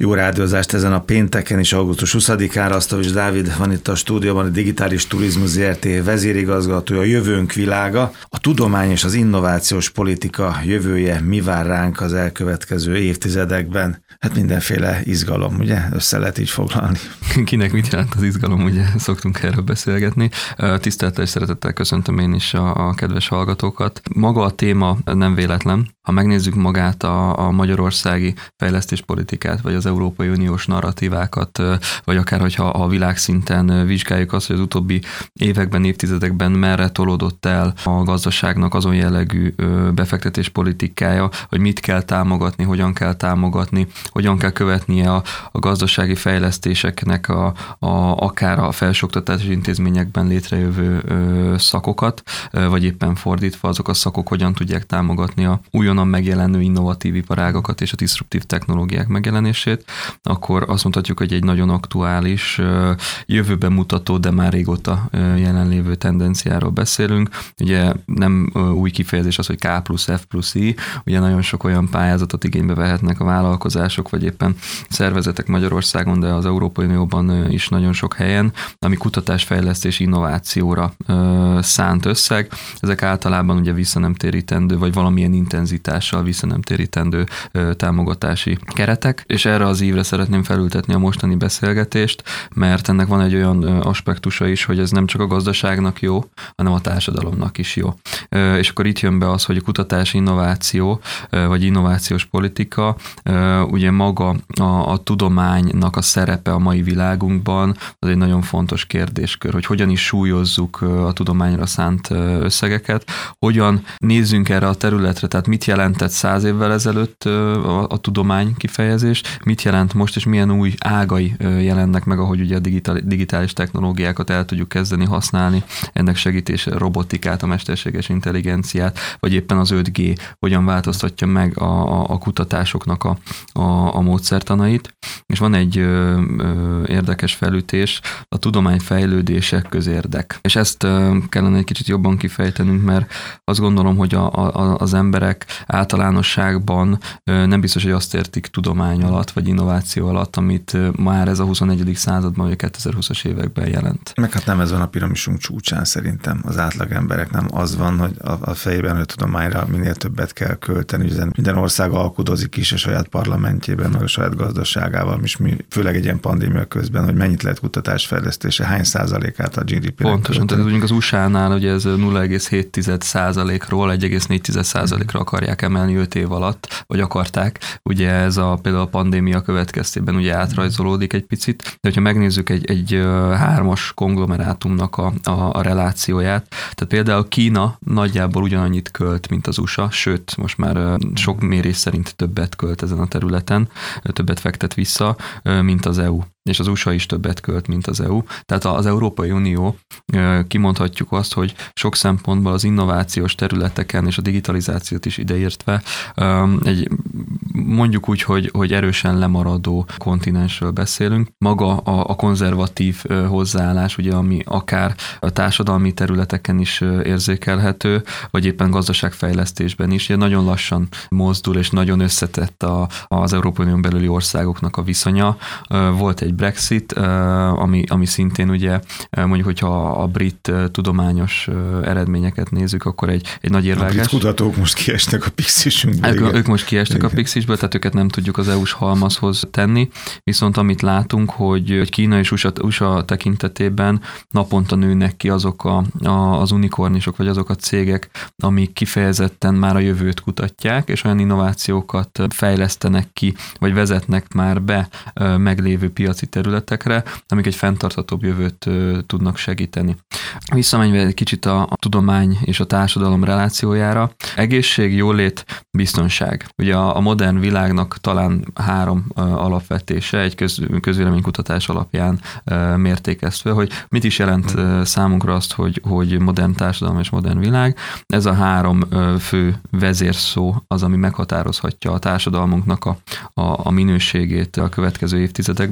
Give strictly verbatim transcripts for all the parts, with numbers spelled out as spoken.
Jó rádiózást ezen a pénteken is, augusztus huszadikán. Rasztovics Dávid van itt a stúdióban, a Digitális Turizmus Zé Er Té vezérigazgatója, a jövőnk világa. A tudomány és az innovációs politika jövője mi vár ránk az elkövetkező évtizedekben? Hát mindenféle izgalom, ugye? Össze lehet így foglalni. Kinek mit jelent az izgalom, ugye? Szoktunk erről beszélgetni. Tisztelettel és szeretettel köszöntöm én is a, a kedves hallgatókat. Maga a téma nem véletlen. Ha megnézzük magát a, a magyarországi fejlesztéspolitikát, vagy az Európai Uniós narratívákat, vagy akár, hogyha a világszinten vizsgáljuk azt, hogy az utóbbi években, évtizedekben merre tolódott el a gazdaságnak azon jellegű befektetés politikája, hogy mit kell támogatni, hogyan kell támogatni, hogyan kell követnie a, a gazdasági fejlesztéseknek a, a, akár a felsőoktatási intézményekben létrejövő ö, szakokat, ö, vagy éppen fordítva azok a szakok hogyan tudják támogatni a újonnan megjelenő innovatív iparágakat és a diszruptív technológiák megjelenését, akkor azt mondhatjuk, hogy egy nagyon aktuális, ö, jövőben mutató, de már régóta ö, jelenlévő tendenciáról beszélünk. Ugye nem ö, új kifejezés az, hogy K plusz F plusz I, ugye nagyon sok olyan pályázatot igénybe vehetnek a vállalkozások, vagy éppen szervezetek Magyarországon, de az Európai Unióban is nagyon sok helyen, ami kutatásfejlesztés innovációra ö, szánt összeg. Ezek általában ugye visszanemtérítendő, vagy valamilyen intenzitással visszanemtérítendő ö, támogatási keretek, és erre az ívre szeretném felültetni a mostani beszélgetést, mert ennek van egy olyan ö, aspektusa is, hogy ez nem csak a gazdaságnak jó, hanem a társadalomnak is jó. Ö, és akkor itt jön be az, hogy a kutatási innováció, ö, vagy innovációs politika, ö, ugye maga a, a tudománynak a szerepe a mai világunkban, az egy nagyon fontos kérdéskör, hogy hogyan is súlyozzuk a tudományra szánt összegeket, hogyan nézzünk erre a területre, tehát mit jelentett száz évvel ezelőtt a, a tudomány kifejezés, mit jelent most, és milyen új ágai jelennek meg, ahogy ugye a digital, digitális technológiákat el tudjuk kezdeni használni, ennek segítése, robotikát, a mesterséges intelligenciát, vagy éppen az öt G hogyan változtatja meg a, a, a kutatásoknak a, a, a módszertanait. És van egy ö, ö, érdekes felütés, a tudomány fejlődése közérdek. És ezt ö, kellene egy kicsit jobban kifejtenünk, mert azt gondolom, hogy a, a, az emberek általánosságban ö, nem biztos, hogy azt értik tudomány alatt, vagy innováció alatt, amit ö, már ez a huszonegyedik században, vagy a kétezer-húszas években jelent. Meg hát nem ez van a piramisunk csúcsán szerintem. Az átlag emberek nem az van, hogy a, a fejében, hogy a tudományra minél többet kell költeni, hiszen minden ország alkudozik is a saját parlamentjében, meg a saját gazdaságával, és mi, főleg egy ilyen pandémia közben, hogy mennyit lehet kutatásfejlesztése, hány százalékát a gé dé pé-nek. Pontosan, tehát mondjuk az u es á-nál ugye ez nulla egész hét százalékról egy egész négy százalékra akarják emelni öt év alatt, vagy akarták. Ugye ez a például a pandémia következtében ugye átrajzolódik egy picit, de hogyha megnézzük egy, egy hármas konglomerátumnak a, a, a relációját, tehát például Kína nagyjából ugyanannyit költ, mint az u es á, sőt, most már sok mérés szerint többet költ ezen a területen, többet fektet vissza, mint az é u. És az u es á is többet költ, mint az é u. Tehát az Európai Unió, kimondhatjuk azt, hogy sok szempontból az innovációs területeken és a digitalizációt is ideértve egy, mondjuk úgy, hogy, hogy erősen lemaradó kontinensről beszélünk. Maga a, a konzervatív hozzáállás, ugye, ami akár a társadalmi területeken is érzékelhető, vagy éppen gazdaságfejlesztésben is, ugye nagyon lassan mozdul, és nagyon összetett a, az Európai Unión belüli országoknak a viszonya. Volt egy Brexit, ami, ami szintén ugye, mondjuk, hogyha a brit tudományos eredményeket nézzük, akkor egy, egy nagy érvágás. A brit kutatók most kiestek a Pixisünkből. Ők, ők most kiestek igen. a Pixisből, tehát őket nem tudjuk az é u-s halmazhoz tenni, viszont amit látunk, hogy Kína és u es á tekintetében naponta nőnek ki azok a, a, az unikornisok, vagy azok a cégek, amik kifejezetten már a jövőt kutatják, és olyan innovációkat fejlesztenek ki, vagy vezetnek már be meglévő piaci területekre, amik egy fenntarthatóbb jövőt ö, tudnak segíteni. Visszamenve egy kicsit a, a tudomány és a társadalom relációjára, egészség, jólét, biztonság. Ugye a, a modern világnak talán három ö, alapvetése, egy köz, közvéleménykutatás alapján ö, mértékeztve, hogy mit is jelent ö, számunkra azt, hogy, hogy modern társadalom és modern világ. Ez a három ö, fő vezérszó az, ami meghatározhatja a társadalmunknak a, a, a minőségét a következő évtizedekben. Ugye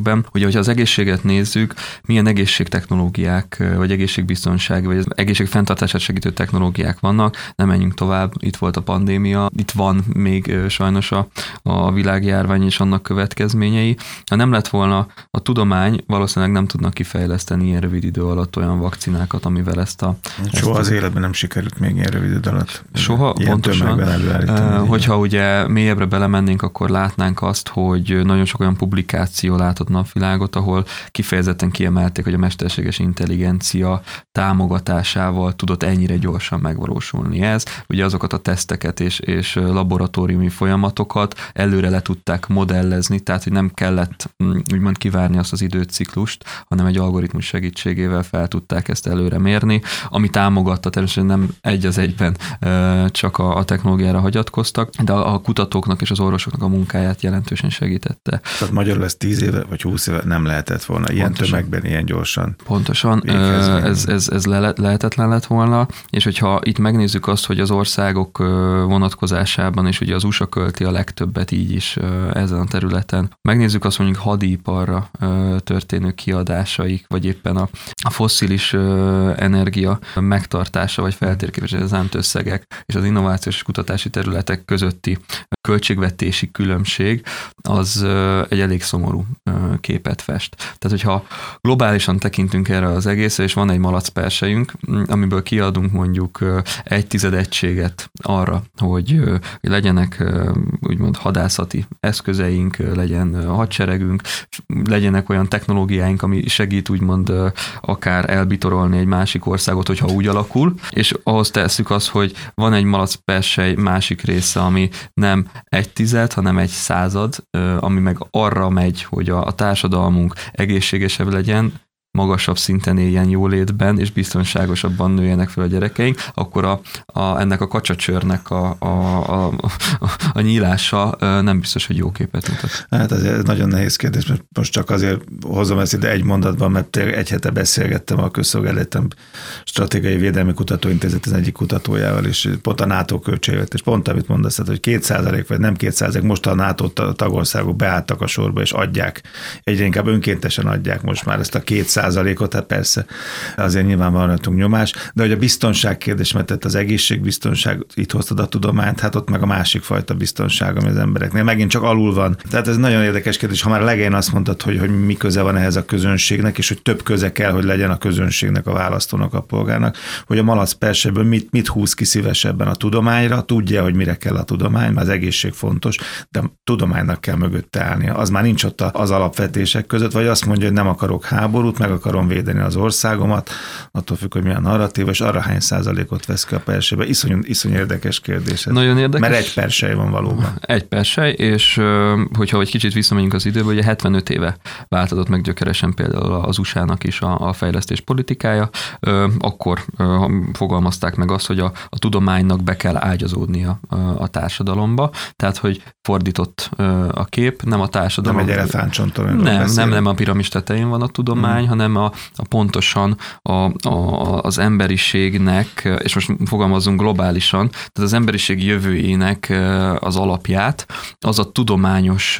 Ugye, hogyha az egészséget nézzük, milyen egészségtechnológiák, vagy egészségbiztonsági, vagy egészségfenntartását segítő technológiák vannak, nem menjünk tovább, itt volt a pandémia, itt van még sajnos a, a világjárvány és annak következményei. Ha nem lett volna a tudomány, valószínűleg nem tudnak kifejleszteni ilyen rövid idő alatt olyan vakcinákat, amivel ezt a... Soha ezt az életben nem sikerült még ilyen rövid idő alatt. Soha, ilyen pontosan. Hogyha ugye mélyebbre belemennénk, akkor látnánk azt, hogy nagyon sok olyan publikáció látott napvilágot, ahol kifejezetten kiemelték, hogy a mesterséges intelligencia támogatásával tudott ennyire gyorsan megvalósulni ez. Ugye azokat a teszteket és, és laboratóriumi folyamatokat előre le tudták modellezni, tehát hogy nem kellett úgymond kivárni azt az időciklust, hanem egy algoritmus segítségével fel tudták ezt előre mérni, ami támogatta, természetesen nem egy az egyben csak a, a technológiára hagyatkoztak, de a, a kutatóknak és az orvosoknak a munkáját jelentősen segítette. Tehát magyarul ez tíz éve vagy húsz éve nem lehetett volna ilyen Pontosan. tömegben, ilyen gyorsan. Pontosan, ez, ez, ez le, lehetetlen lett volna, és hogyha itt megnézzük azt, hogy az országok vonatkozásában, és ugye az u es á költi a legtöbbet így is ezen a területen, megnézzük azt mondjuk hadiiparra történő kiadásaik, vagy éppen a, a fosszilis energia megtartása, vagy feltérképezése, az ámtösszegek és az innovációs és kutatási területek közötti költségvetési különbség, az egy elég szomorú képet fest. Tehát, hogyha globálisan tekintünk erre az egészre, és van egy malacpersejünk, amiből kiadunk mondjuk egy tized egységet arra, hogy legyenek úgymond hadászati eszközeink, legyen hadseregünk, legyenek olyan technológiáink, ami segít úgymond akár elbitorolni egy másik országot, hogyha úgy alakul, és ahhoz tesszük azt, hogy van egy malacpersely másik része, ami nem egy tized, hanem egy század, ami meg arra megy, hogy a, a társadalmunk egészségesebb legyen, magasabb szinten éljen jólétben, és biztonságosabban nőjenek fel a gyerekeink, akkor a, a, ennek a kacsacsőrnek a, a, a, a, a nyílása nem biztos, hogy jó képet mutat. Hát ez nagyon nehéz kérdés, mert most csak azért hozom ezt ide egy mondatban, mert egy hete beszélgettem a Közszolgálatom Stratégiai Védelmi Kutatóintézet az egyik kutatójával, és pont a NATO költségvetés, és pont amit mondasz, hogy két százalék vagy nem két százalék, most a NATO tagországok beálltak a sorba, és adják, egyre inkább önkéntesen adják most már ezt a két százalékot, tehát persze azért nyilván van rajtunk nyomás, de hogy a biztonság kérdés, mert tehát az egészségbiztonság, itt hoztad a tudományt, hát ott meg a másik fajta biztonság, ami az embereknél megint csak alul van. Tehát ez nagyon érdekes kérdés, ha már legelején azt mondtad, hogy, hogy mi köze van ehhez a közönségnek, és hogy több köze kell, hogy legyen a közönségnek, a választónak, a polgárnak, hogy a malacperseből mit, mit húz ki szívesebben a tudományra, tudja, hogy mire kell a tudomány, mert az egészség fontos, de a tudománynak kell mögötte állnia. Az már nincs ott az alapvetések között, vagy azt mondja, hogy nem akarok háborút, meg akarom védeni az országomat, attól függ, hogy milyen narratíva, és arra hány százalékot vesz ki a persejbe. Iszonyú, iszonyú érdekes kérdés. Nagyon érdekes. Mert egy persely van valóban. Egy persely, és hogyha egy kicsit visszamegyünk az időbe, ugye hetvenöt éve változott meg gyökeresen például az u es á-nak is a, a fejlesztés politikája, akkor fogalmazták meg azt, hogy a, a tudománynak be kell ágyazódnia a, a társadalomba, tehát hogy fordított a kép, nem a társadalom. Nem egy elefántcsonton. Nem, nem, nem a piramis tetején van a tudomány, hmm. hanem a, a pontosan a, a, az emberiségnek, és most fogalmazzunk globálisan, tehát az emberiség jövőjének az alapját, az a tudományos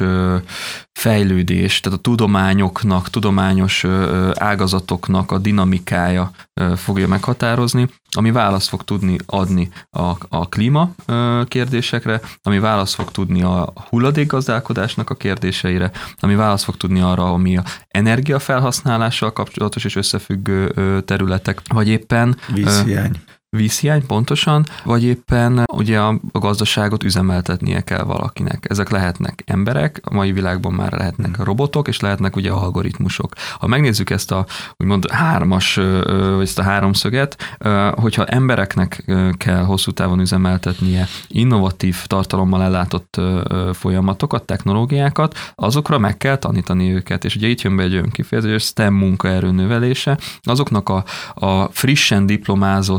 fejlődés, tehát a tudományoknak, tudományos ágazatoknak a dinamikája fogja meghatározni, ami választ fog tudni adni a, a klíma kérdésekre, ami választ fog tudni a hulladékgazdálkodásnak a kérdéseire, ami választ fog tudni arra, ami a energiafelhasználással kapcsolatos és összefüggő területek, vagy éppen vízhiány. Vízhiány, pontosan, vagy éppen ugye a gazdaságot üzemeltetnie kell valakinek. Ezek lehetnek emberek, a mai világban már lehetnek robotok, és lehetnek ugye algoritmusok. Ha megnézzük ezt a úgymond hármas, vagy ezt a háromszöget, hogyha embereknek kell hosszú távon üzemeltetnie innovatív tartalommal ellátott folyamatokat, technológiákat, azokra meg kell tanítani őket. És ugye itt jön be egy önkifejezés, STEM munkaerő növelése, azoknak a, a frissen diplomázott, vagy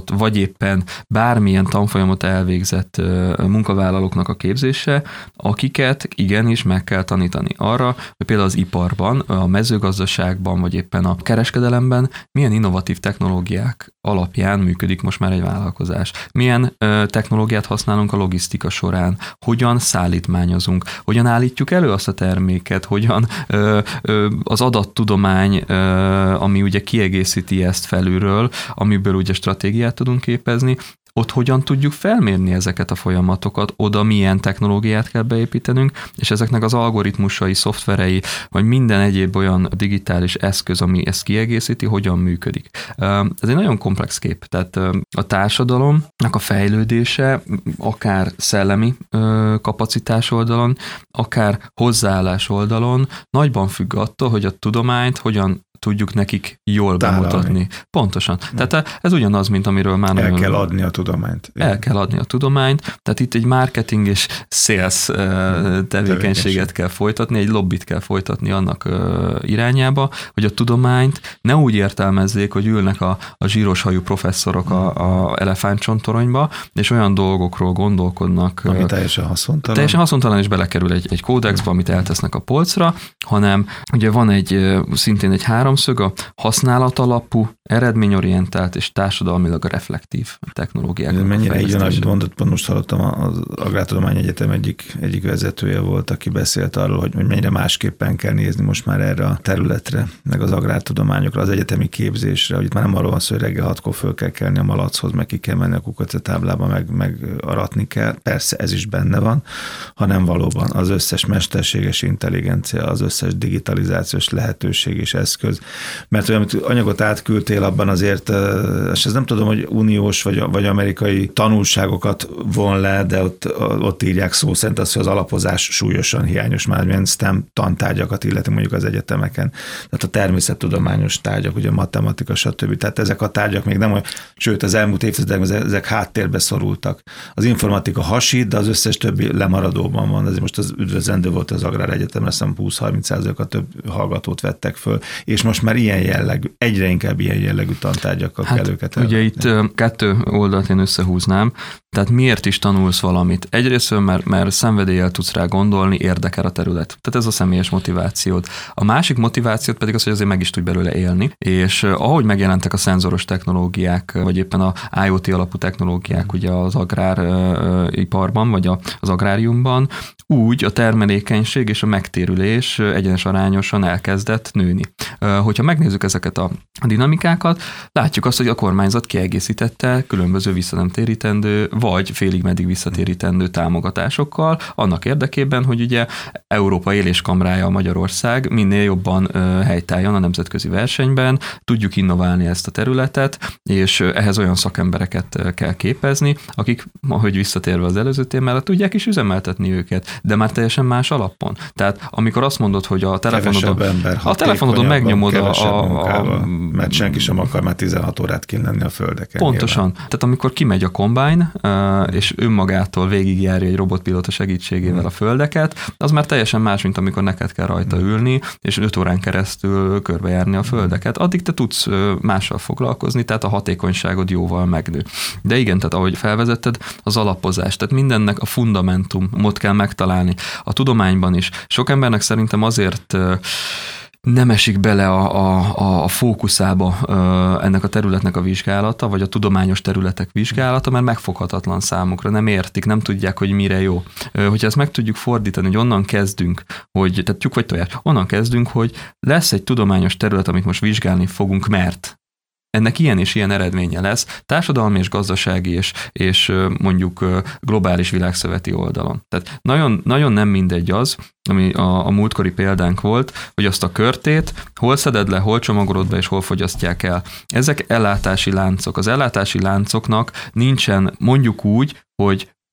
éppen bármilyen tanfolyamot elvégzett munkavállalóknak a képzése, akiket igenis meg kell tanítani arra, hogy például az iparban, a mezőgazdaságban, vagy éppen a kereskedelemben milyen innovatív technológiák alapján működik most már egy vállalkozás. Milyen ö, technológiát használunk a logisztika során, hogyan szállítmányozunk, hogyan állítjuk elő azt a terméket, hogyan ö, ö, az adattudomány, ö, ami ugye kiegészíti ezt felülről, amiből ugye stratégiát tudunk képezni, ott hogyan tudjuk felmérni ezeket a folyamatokat, oda milyen technológiát kell beépítenünk, és ezeknek az algoritmusai, szoftverei, vagy minden egyéb olyan digitális eszköz, ami ezt kiegészíti, hogyan működik. Ez egy nagyon komplex kép, tehát a társadalomnak a fejlődése, akár szellemi kapacitás oldalon, akár hozzáállás oldalon nagyban függ attól, hogy a tudományt hogyan tudjuk nekik jól Tálalni. bemutatni. Pontosan. Hmm. Tehát ez ugyanaz, mint amiről már... El nagyon kell adni a tudományt. El kell adni a tudományt, tehát itt egy marketing és sales hmm. tevékenységet kell folytatni, egy lobbit kell folytatni annak irányába, hogy a tudományt ne úgy értelmezzék, hogy ülnek a, a zsíros hajú professzorok hmm. a, a elefántcsontoronyba, és olyan dolgokról gondolkodnak. Ami teljesen haszontalan. Teljesen haszontalan, és belekerül egy, egy kódexbe, amit eltesznek a polcra, hanem ugye van egy szintén egy háromszög, a használat alapú, eredményorientált és társadalmilag reflektív technológiák. Mennyire így van, amit mondott, pont most hallottam, az Agrártudományi Egyetem egyik, egyik vezetője volt, aki beszélt arról, hogy mennyire másképpen kell nézni most már erre a területre, meg az agrártudományokra, az egyetemi képzésre, hogy itt már nem arról van szó, hogy reggel hatkor föl kell kelni a malachoz, meg ki kell menni a kukoricátáblába, meg, meg aratni kell. Persze ez is benne van, hanem valóban az összes mesterséges intelligencia, az összes digitalizációs lehetőség és eszköz. Mert olyan, amit anyagot átküldtél, abban azért, és ez nem tudom, hogy uniós vagy, vagy amerikai tanulságokat von le, de ott, ott írják szó szerint azt, hogy az alapozás súlyosan hiányos, már milyen STEM tantárgyakat illeti mondjuk az egyetemeken. Tehát a természettudományos tárgyak, ugye matematika, stb. Tehát ezek a tárgyak még nem olyan, sőt az elmúlt évtizedekben ezek háttérbe szorultak. Az informatika hasít, de az összes többi lemaradóban van. Ezért most az üdvözlendő volt az Agrár Egyetemre, azt hiszem húsz-harminc százaléka több hallgatót vettek föl, és most már ilyen jellegű, egyre inkább ilyen jellegű tantárgyakkal hát, kell őket ugye elvetni. Itt kettő oldalt én összehúznám, tehát miért is tanulsz valamit? Egyrészt, mert, mert szenvedéllyel tudsz rá gondolni, érdekel a terület. Tehát ez a személyes motivációd. A másik motivációt pedig az, hogy azért meg is tudj belőle élni, és ahogy megjelentek a szenzoros technológiák, vagy éppen a IoT alapú technológiák ugye az agráriparban, vagy az agráriumban, úgy a termelékenység és a megtérülés egyenes arányosan elkezdett nőni. Hogyha megnézzük ezeket a dinamikákat, látjuk azt, hogy a kormányzat kiegészítette különböző visszanemtérítendő, vagy félig meddig visszatérítendő támogatásokkal, annak érdekében, hogy ugye Európa éléskamrája Magyarország minél jobban helytálljon a nemzetközi versenyben, tudjuk innoválni ezt a területet, és ehhez olyan szakembereket kell képezni, akik, ahogy visszatérve az előző témára, tudják is üzemeltetni őket, de már teljesen más alapon. Tehát amikor azt mondod, hogy a telefonodon, ember, a telefonodon megnyomod a, a, a... mert senki sem akar már tizenhat órát kint lenni a földeken. Pontosan. Nyilván. Tehát amikor kimegy a kombájn, és önmagától végigjárja egy robotpilóta segítségével hmm. a földeket, az már teljesen más, mint amikor neked kell rajta ülni, és öt órán keresztül körbejárni a földeket. Addig te tudsz mással foglalkozni, tehát a hatékonyságod jóval megnő. De igen, tehát ahogy felvezetted, az alapozás, tehát mindennek a fundamentumot kell megtalálni. A tudományban is. Sok embernek szerintem azért nem esik bele a, a, a fókuszába ennek a területnek a vizsgálata, vagy a tudományos területek vizsgálata, mert megfoghatatlan számukra, nem értik, nem tudják, hogy mire jó. Hogyha ezt meg tudjuk fordítani, hogy onnan kezdünk, hogy, tehát tyúk vagy tojás, onnan kezdünk, hogy lesz egy tudományos terület, amit most vizsgálni fogunk, mert ennek ilyen és ilyen eredménye lesz társadalmi és gazdasági és, és mondjuk globális világszöveti oldalon. Tehát nagyon, nagyon nem mindegy az, ami a, a múltkori példánk volt, hogy azt a körtét hol szeded le, hol csomagolod be és hol fogyasztják el. Ezek ellátási láncok. Az ellátási láncoknak nincsen mondjuk úgy, hogy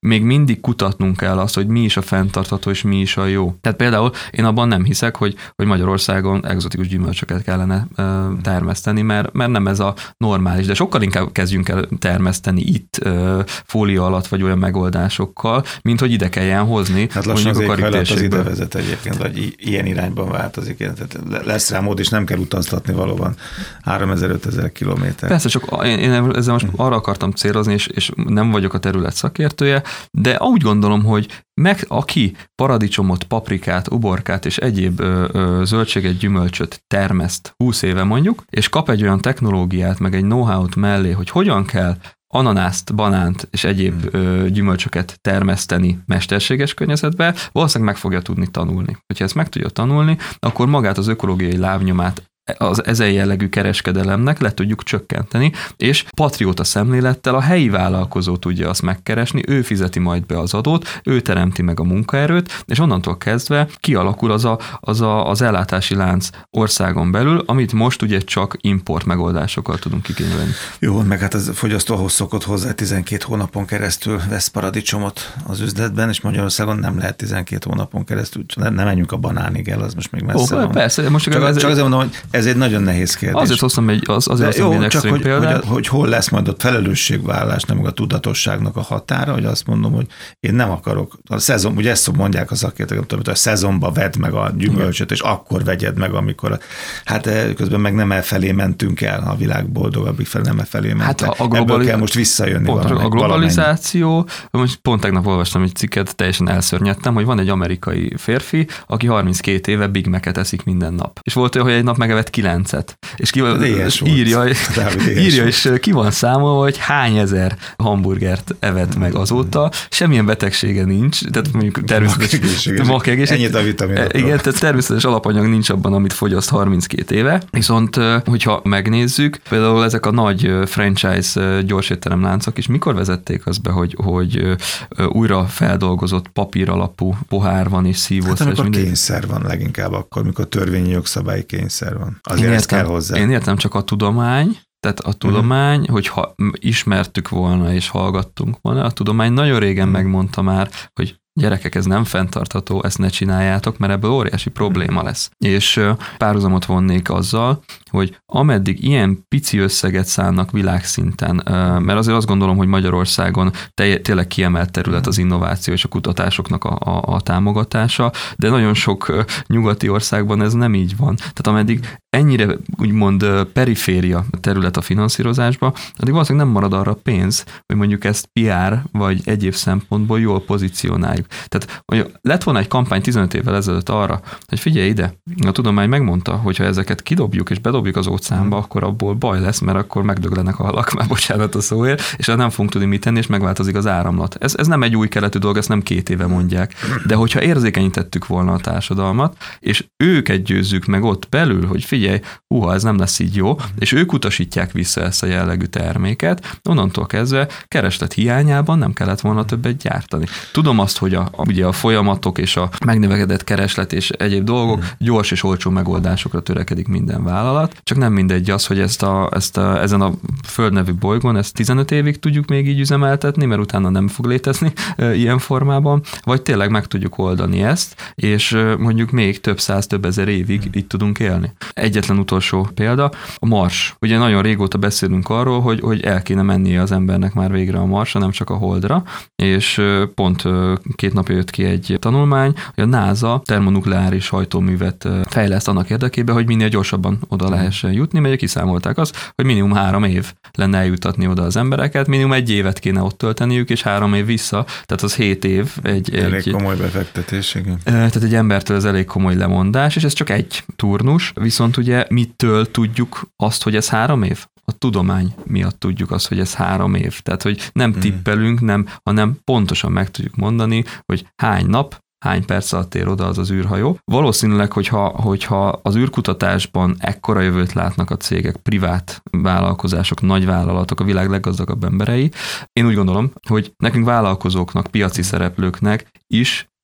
még mindig kutatnunk kell azt, hogy mi is a fenntartható és mi is a jó. Tehát például én abban nem hiszek, hogy, hogy Magyarországon egzotikus gyümölcsöket kellene ö, termeszteni, mert, mert nem ez a normális, de sokkal inkább kezdjünk el termeszteni itt ö, fólia alatt vagy olyan megoldásokkal, mint hogy ide kelljen hozni. Hát lassan az éghajlat az ide vezet egyébként, vagy ilyen irányban változik. Tehát lesz rá mód, és nem kell utaztatni valóban háromezer-ötezer kilométer. Persze, csak én, én ezzel most arra akartam célozni, és, és nem vagyok a terület szakértője, de úgy gondolom, hogy meg aki paradicsomot, paprikát, uborkát és egyéb ö, ö, zöldséget, gyümölcsöt termeszt húsz éve mondjuk, és kap egy olyan technológiát, meg egy know-how-t mellé, hogy hogyan kell ananászt, banánt és egyéb ö, gyümölcsöket termeszteni mesterséges környezetbe, valószínűleg meg fogja tudni tanulni. Hogyha ezt meg tudja tanulni, akkor magát az ökológiai lábnyomát az ezen jellegű kereskedelemnek le tudjuk csökkenteni, és patrióta szemlélettel a helyi vállalkozó tudja azt megkeresni, ő fizeti majd be az adót, ő teremti meg a munkaerőt, és onnantól kezdve kialakul az a, az, a, az ellátási lánc országon belül, amit most ugye csak import megoldásokkal tudunk igényelni. Jó, meg hát az fogyasztó ahhoz szokott hozzá, tizenkét hónapon keresztül vesz paradicsomot az üzletben, és Magyarországon nem lehet tizenkét hónapon keresztül, nem, nem menjünk a banánig el, az most még messze Ó, van. Persze, most csak, ez, csak azért mondom, hogy ez egy nagyon nehéz kérdés. Azért hoztam egy, az, azért jó, hoztam egy csak extrém hogy, példát. hogy, hogy hol lesz majd ott felelősségvállás, nem a tudatosságnak a határa, hogy azt mondom, hogy én nem akarok, a szezon, ugye ezt mondják a szakértők, hogy a szezonba vedd meg a gyümölcsöt, és akkor vegyed meg, amikor, hát közben meg nem elfelé mentünk el, a világ boldogabbik fel, nem elfelé ment. Hát a globali... Ebből kell most visszajönni. Pont, valamely, a globalizáció, most pont tegnap olvastam egy cikket, teljesen elszörnyedtem, hogy van egy amerikai férfi, aki harminckét éve Big Mac-et eszik minden nap. És volt olyan, hogy egy nap megevett kilencet. És, ki, és írja, írja és ki van számolva, hogy hány ezer hamburgert evett meg azóta, semmilyen betegsége nincs, tehát mondjuk természetes magegészség. Ennyit a vitaminokról. Igen, tehát természetes alapanyag nincs abban, amit fogyaszt harminckét éve. Viszont, hogyha megnézzük, például ezek a nagy franchise gyorsétterem láncok is mikor vezették azt be, hogy, hogy újra feldolgozott papír alapú pohár van és szívósz. Hát amikor kényszer van leginkább akkor, mikor törvényi jogszabályi kényszer van. Azért ezt kell hozzá. Én értem, csak a tudomány, tehát a tudomány, uh-huh. hogyha ismertük volna és hallgattunk volna, a tudomány nagyon régen uh-huh. megmondta már, hogy gyerekek, ez nem fenntartható, ezt ne csináljátok, mert ebből óriási probléma lesz. És párhuzamot vonnék azzal, hogy ameddig ilyen pici összeget szánnak világszinten, mert azért azt gondolom, hogy Magyarországon tényleg kiemelt terület az innováció és a kutatásoknak a, a, a támogatása, de nagyon sok nyugati országban ez nem így van. Tehát ameddig ennyire úgymond periféria terület a finanszírozásba, addig valószínűleg nem marad arra pénz, hogy mondjuk ezt pé er vagy egyéb szempontból jól pozícionáljuk. Tehát hogy lett volna egy kampány tizenöt évvel ezelőtt arra, hogy figyelj ide, a tudomány megmondta, hogy ha ezeket kidobjuk és bedobjuk az óceánba, akkor abból baj lesz, mert akkor megdöglenek a halak, már bocsánat a szóért, és nem fogunk tudni mit tenni, és megváltozik az áramlat. Ez, ez nem egy új keletű dolog, ezt nem két éve mondják. De hogyha érzékenyítettük volna a társadalmat, és őket győzzük meg ott belül, hogy figyelj, húha, ez nem lesz így jó, és ők utasítják vissza ezt a jellegű terméket, onnantól kezdve kereslet hiányában nem kellett volna többet gyártani. Tudom azt, hogy a, ugye a folyamatok és a megnövekedett kereslet és egyéb dolgok gyors és olcsó megoldásokra törekedik minden vállalat, csak nem mindegy az, hogy ezt a, ezt a, ezen a földnevű bolygón ezt tizenöt évig tudjuk még így üzemeltetni, mert utána nem fog létezni e, ilyen formában, vagy tényleg meg tudjuk oldani ezt, és e, mondjuk még több száz, több ezer évig így tudunk élni. Egyetlen utolsó példa, a Mars. Ugye nagyon régóta beszélünk arról, hogy, hogy el kéne mennie az embernek már végre a Marsra, nem csak a Holdra, és e, pont e, két napja jött ki egy tanulmány, hogy a NASA termonukleáris hajtóművet fejleszt annak érdekében, hogy minél gyorsabban oda lehessen jutni, mert kiszámolták azt, hogy minimum három év lenne eljutatni oda az embereket, minimum egy évet kéne ott tölteniük, és három év vissza, tehát az hét év. Egy, elég egy, komoly befektetés, igen. Tehát egy embertől ez elég komoly lemondás, és ez csak egy turnus, viszont ugye mitől tudjuk azt, hogy ez három év? A tudomány miatt tudjuk azt, hogy ez három év. Tehát, hogy nem tippelünk, nem, hanem pontosan meg tudjuk mondani, hogy hány nap, hány perc alatt ér oda az az űrhajó. Valószínűleg, hogyha, hogyha az űrkutatásban ekkora jövőt látnak a cégek, privát vállalkozások, nagyvállalatok, a világ leggazdagabb emberei, én úgy gondolom, hogy nekünk vállalkozóknak, piaci szereplőknek is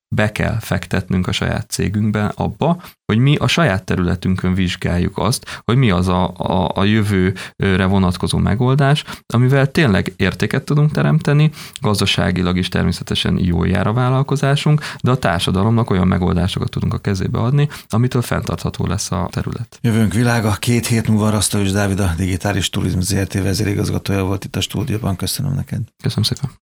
be kell fektetnünk a saját cégünkbe abba, hogy mi a saját területünkön vizsgáljuk azt, hogy mi az a, a, a jövőre vonatkozó megoldás, amivel tényleg értéket tudunk teremteni, gazdaságilag is természetesen jól jár a vállalkozásunk, de a társadalomnak olyan megoldásokat tudunk a kezébe adni, amitől fenntartható lesz a terület. Jövőnk világa. Két hét múlva Rasztovics Dávid, a Digitális Turizmus Zé Er Té vezérigazgatója volt itt a stúdióban. Köszönöm neked. Köszönöm szépen.